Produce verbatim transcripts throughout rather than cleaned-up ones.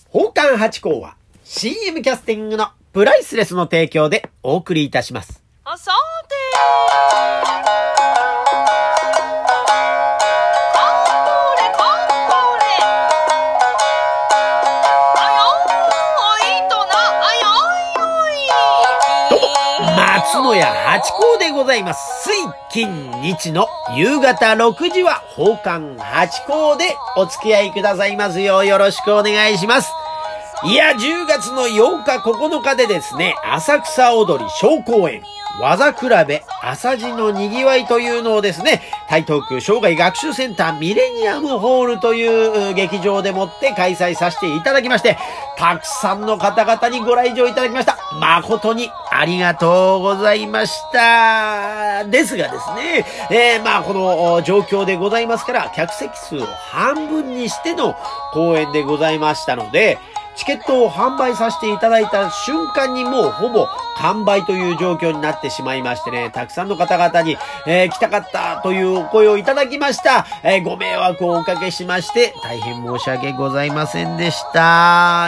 宝冠八甲は シーエム キャスティングのプライスレスの提供でお送りいたします。 あ、さて松野屋八甲でございます。水金日の夕方ろくじは宝冠八甲でお付き合いくださいますようよろしくお願いします。いや、じゅうがつのようかここのかでですね、浅草踊り小公演技比べ朝地のにぎわいというのをですね、台東区生涯学習センターミレニアムホールという劇場でもって開催させていただきまして、たくさんの方々にご来場いただきました。誠にありがとうございました。ですがですね、えー、まあこの状況でございますから、客席数を半分にしての公演でございましたので、チケットを販売させていただいた瞬間にもうほぼ完売という状況になってしまいましてね、たくさんの方々に、えー、来たかったというお声をいただきました。えー、ご迷惑をおかけしまして大変申し訳ございませんでした。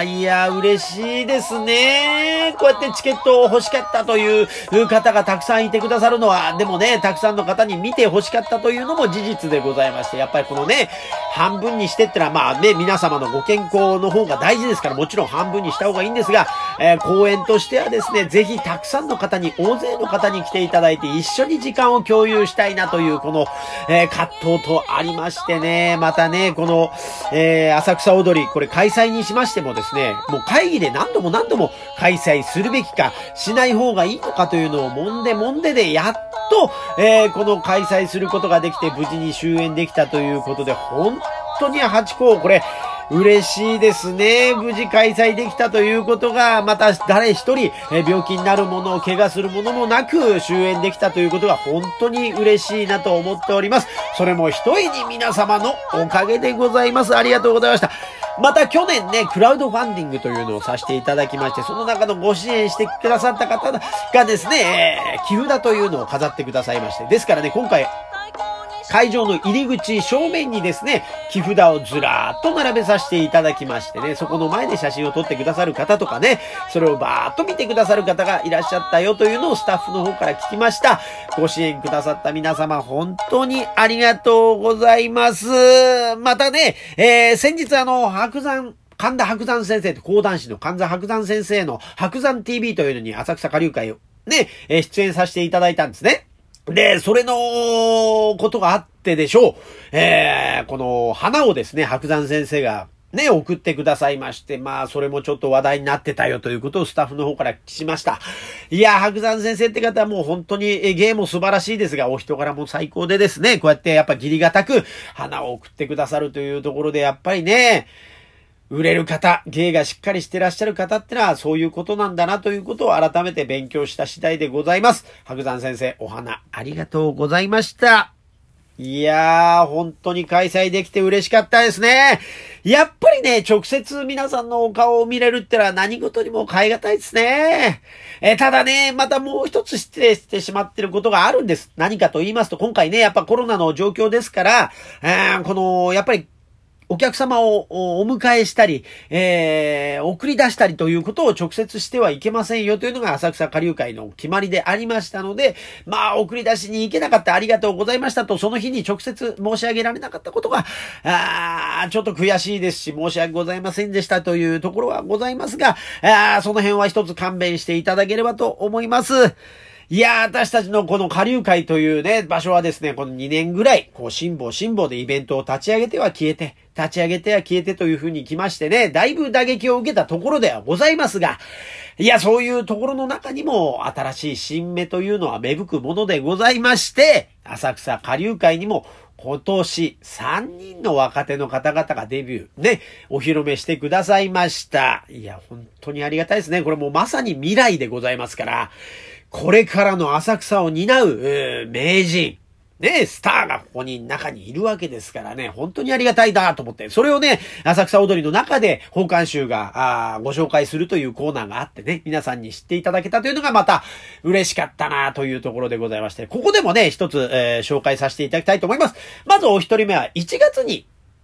いや、嬉しいですね。こうやってチケットを欲しかったという方がたくさんいてくださるのは、でもね、たくさんの方に見て欲しかったというのも事実でございまして、やっぱりこのね、半分にしてってのはまあね、皆様のご健康の方が大事ですから、もちろん半分にした方がいいんですが、えー、公演としてはですね、ぜひたくさんの方に、大勢の方に来ていただいて一緒に時間を共有したいなというこの、えー、葛藤とありましてね、またね、この、えー、浅草踊り、これ開催にしましてもですね、もう会議で何度も何度も開催するべきか、しない方がいいのかというのをもんでもんででやっと、えー、この開催することができて無事に終演できたということで、本当に八甲、これ、嬉しいですね。無事開催できたということが、また誰一人病気になるものを怪我するものもなく終演できたということが本当に嬉しいなと思っております。それも一重に皆様のおかげでございます。ありがとうございました。また去年ね、クラウドファンディングというのをさせていただきまして、その中のご支援してくださった方がですね、木札というのを飾ってくださいまして、ですからね、今回会場の入り口正面にですね、木札をずらーっと並べさせていただきましてね、そこの前で写真を撮ってくださる方とかね、それをバーっと見てくださる方がいらっしゃったよというのをスタッフの方から聞きました。ご支援くださった皆様本当にありがとうございます。またね、えー、先日あの、白山神田伯山先生と講談師の神田伯山先生の伯山 ティーブイ というのに浅草花柳会をね、えー、出演させていただいたんですね。で、それのことがあってでしょう。えー、この花をですね、白山先生がね、送ってくださいまして、まあ、それもちょっと話題になってたよということをスタッフの方から聞きました。いや、白山先生って方はもう本当に芸も素晴らしいですが、お人柄も最高でですね、こうやってやっぱ義理がたく花を送ってくださるというところで、やっぱりね、売れる方、芸がしっかりしてらっしゃる方ってのはそういうことなんだなということを改めて勉強した次第でございます。白山先生、お花ありがとうございました。いやー、本当に開催できて嬉しかったですね。やっぱりね、直接皆さんのお顔を見れるってのは何事にも代え難いですね。え、ただね、またもう一つ失礼してしまってることがあるんです。何かと言いますと、今回ね、やっぱコロナの状況ですから、あーこの、やっぱりお客様をお迎えしたり、えー、送り出したりということを直接してはいけませんよというのが浅草花柳会の決まりでありましたので、まあ、送り出しに行けなかったありがとうございましたと、その日に直接申し上げられなかったことが、あーちょっと悔しいですし、申し訳ございませんでしたというところはございますが、あーその辺は一つ勘弁していただければと思います。いやー、私たちのこの花柳会というね、場所はですね、このにねんぐらい、こう、辛抱辛抱でイベントを立ち上げては消えて、立ち上げては消えてという風に来ましてね、だいぶ打撃を受けたところではございますが、いや、そういうところの中にも新しい新芽というのは芽吹くものでございまして、浅草花柳会にも今年さんにんの若手の方々がデビュー、ね、お披露目してくださいました。いや、本当にありがたいですね。これもうまさに未来でございますから、これからの浅草を担う、えー、名人、ね、スターがここに中にいるわけですからね、本当にありがたいなと思って、それをね、浅草踊りの中で宝冠集があご紹介するというコーナーがあってね、皆さんに知っていただけたというのがまた嬉しかったなというところでございまして、ここでもね、一つ、えー、紹介させていただきたいと思います。まずお一人目はいちがつに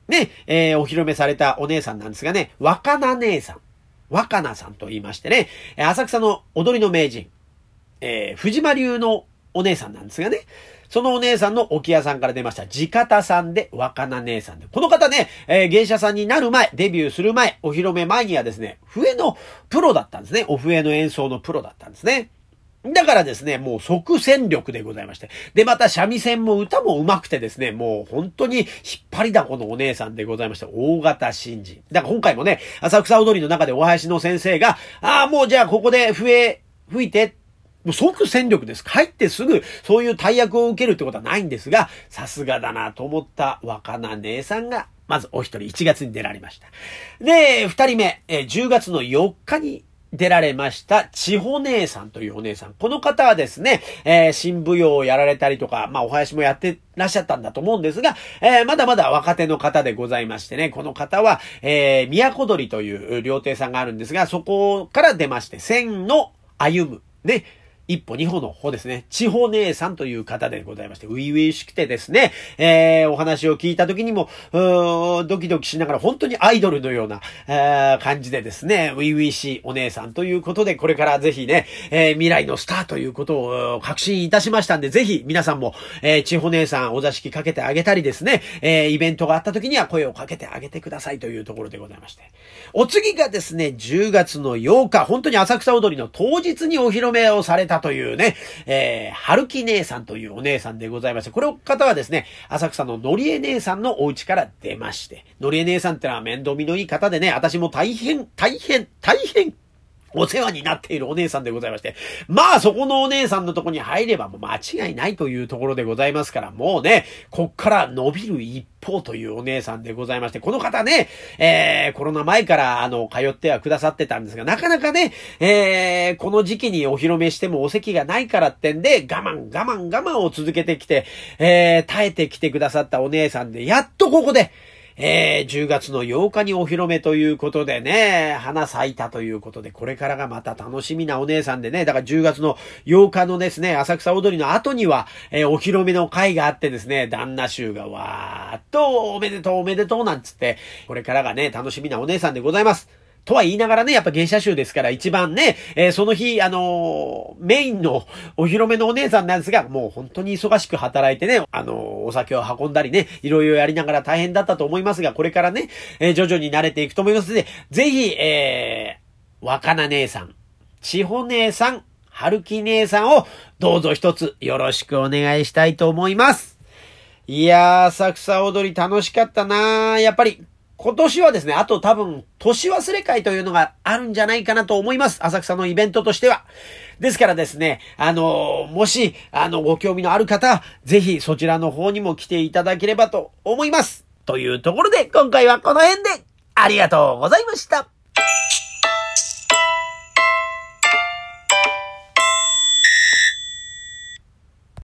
ね、えー、お披露目されたお姉さんなんですがね、若菜姉さん。若菜さんと言いましてね、浅草の踊りの名人、えー、藤間流のお姉さんなんですがね、そのお姉さんの置屋さんから出ました、地方さんで若菜姉さんで。この方ね、えー、芸者さんになる前、デビューする前、お披露目前にはですね、笛のプロだったんですね。お笛の演奏のプロだったんですね。だからですね、もう即戦力でございまして。で、また三味線も歌も上手くてですね、もう本当に引っ張りだこのお姉さんでございまして、大型新人。だから今回もね、浅草踊りの中でお囃子の先生が、ああ、もうじゃあここで笛吹いて、もう即戦力です。帰ってすぐそういう大役を受けるってことはないんですが、さすがだなと思った若菜姉さんが、まずお一人いちがつに出られました。で、二人目、えじゅうがつのよっかに出られました、千穂姉さんというお姉さん。この方はですね、えー、新舞踊をやられたりとか、まあお囃子もやってらっしゃったんだと思うんですが、えー、まだまだ若手の方でございましてね、この方は、えー、都鳥という料亭さんがあるんですが、そこから出まして、千の歩む。ね。一歩二歩の方ですね。千穂姉さんという方でございまして、初々しくてですね、えー、お話を聞いた時にも、うードキドキしながら本当にアイドルのような、えー、感じでですね、初々しいお姉さんということで、これからぜひね、えー、未来のスターということを確信いたしましたんで、ぜひ皆さんも、えー、千穂姉さんお座敷かけてあげたりですね、えー、イベントがあった時には声をかけてあげてくださいというところでございまして。お次がですね、じゅうがつのようか、本当に浅草踊りの当日にお披露目をされたというね、えー、春木姉さんというお姉さんでございまして、この方はですね、浅草ののりえ姉さんのお家から出まして、のりえ姉さんってのは面倒見のいい方でね、私も大変、大変、大変、お世話になっているお姉さんでございまして。まあそこのお姉さんのとこに入ればもう間違いないというところでございますから、もうね、こっから伸びる一方というお姉さんでございまして、この方ね、えー、コロナ前からあの、通ってはくださってたんですが、なかなかね、えー、この時期にお披露目してもお席がないからってんで、我慢我慢我慢を続けてきて、えー、耐えてきてくださったお姉さんで、やっとここで、えー、じゅうがつのようかにお披露目ということでね、花咲いたということで、これからがまた楽しみなお姉さんでね、だからじゅうがつのようかのですね、浅草踊りの後には、えー、お披露目の会があってですね、旦那衆がわーっとおめでとうおめでとうなんつって、これからがね、楽しみなお姉さんでございます。とは言いながらね、やっぱ芸者衆ですから一番ね、えー、その日、あのー、メインのお披露目のお姉さんなんですが、もう本当に忙しく働いてね、あのー、お酒を運んだりね、いろいろやりながら大変だったと思いますが、これからね、えー、徐々に慣れていくと思いますので、ぜひ、えー、若菜姉さん、千穂姉さん、春木姉さんをどうぞ一つよろしくお願いしたいと思います。いやー、浅草踊り楽しかったなー。やっぱり、今年はですね、あと多分、年忘れ会というのがあるんじゃないかなと思います。浅草のイベントとしては。ですからですね、あの、もし、あの、ご興味のある方、ぜひそちらの方にも来ていただければと思います。というところで、今回はこの辺で、ありがとうございました。